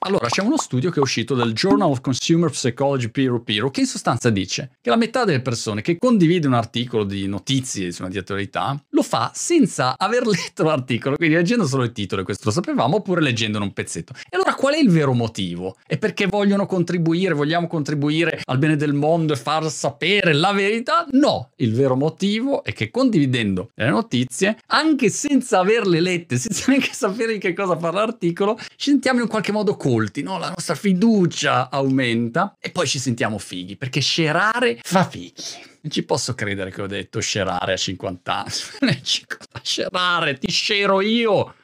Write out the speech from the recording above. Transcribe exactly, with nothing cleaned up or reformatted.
Allora, c'è uno studio che è uscito dal Journal of Consumer Psychology Peer Peer, che in sostanza dice che la metà delle persone che condivide un articolo di notizie su una di attualità lo fa senza aver letto l'articolo, quindi leggendo solo il titolo, e questo lo sapevamo, oppure leggendone un pezzetto. E allora qual è il vero motivo? È perché vogliono contribuire, vogliamo contribuire al bene del mondo e far sapere la verità? No, il vero motivo è che condividendo le notizie, anche senza averle lette, senza neanche sapere di che cosa parla l'articolo, ci sentiamo in qualche modo colti, no? La nostra fiducia aumenta e poi ci sentiamo fighi, perché scerare fa fighi. Non ci posso credere che ho detto scerare a cinquanta anni. Scerare, ti scero io!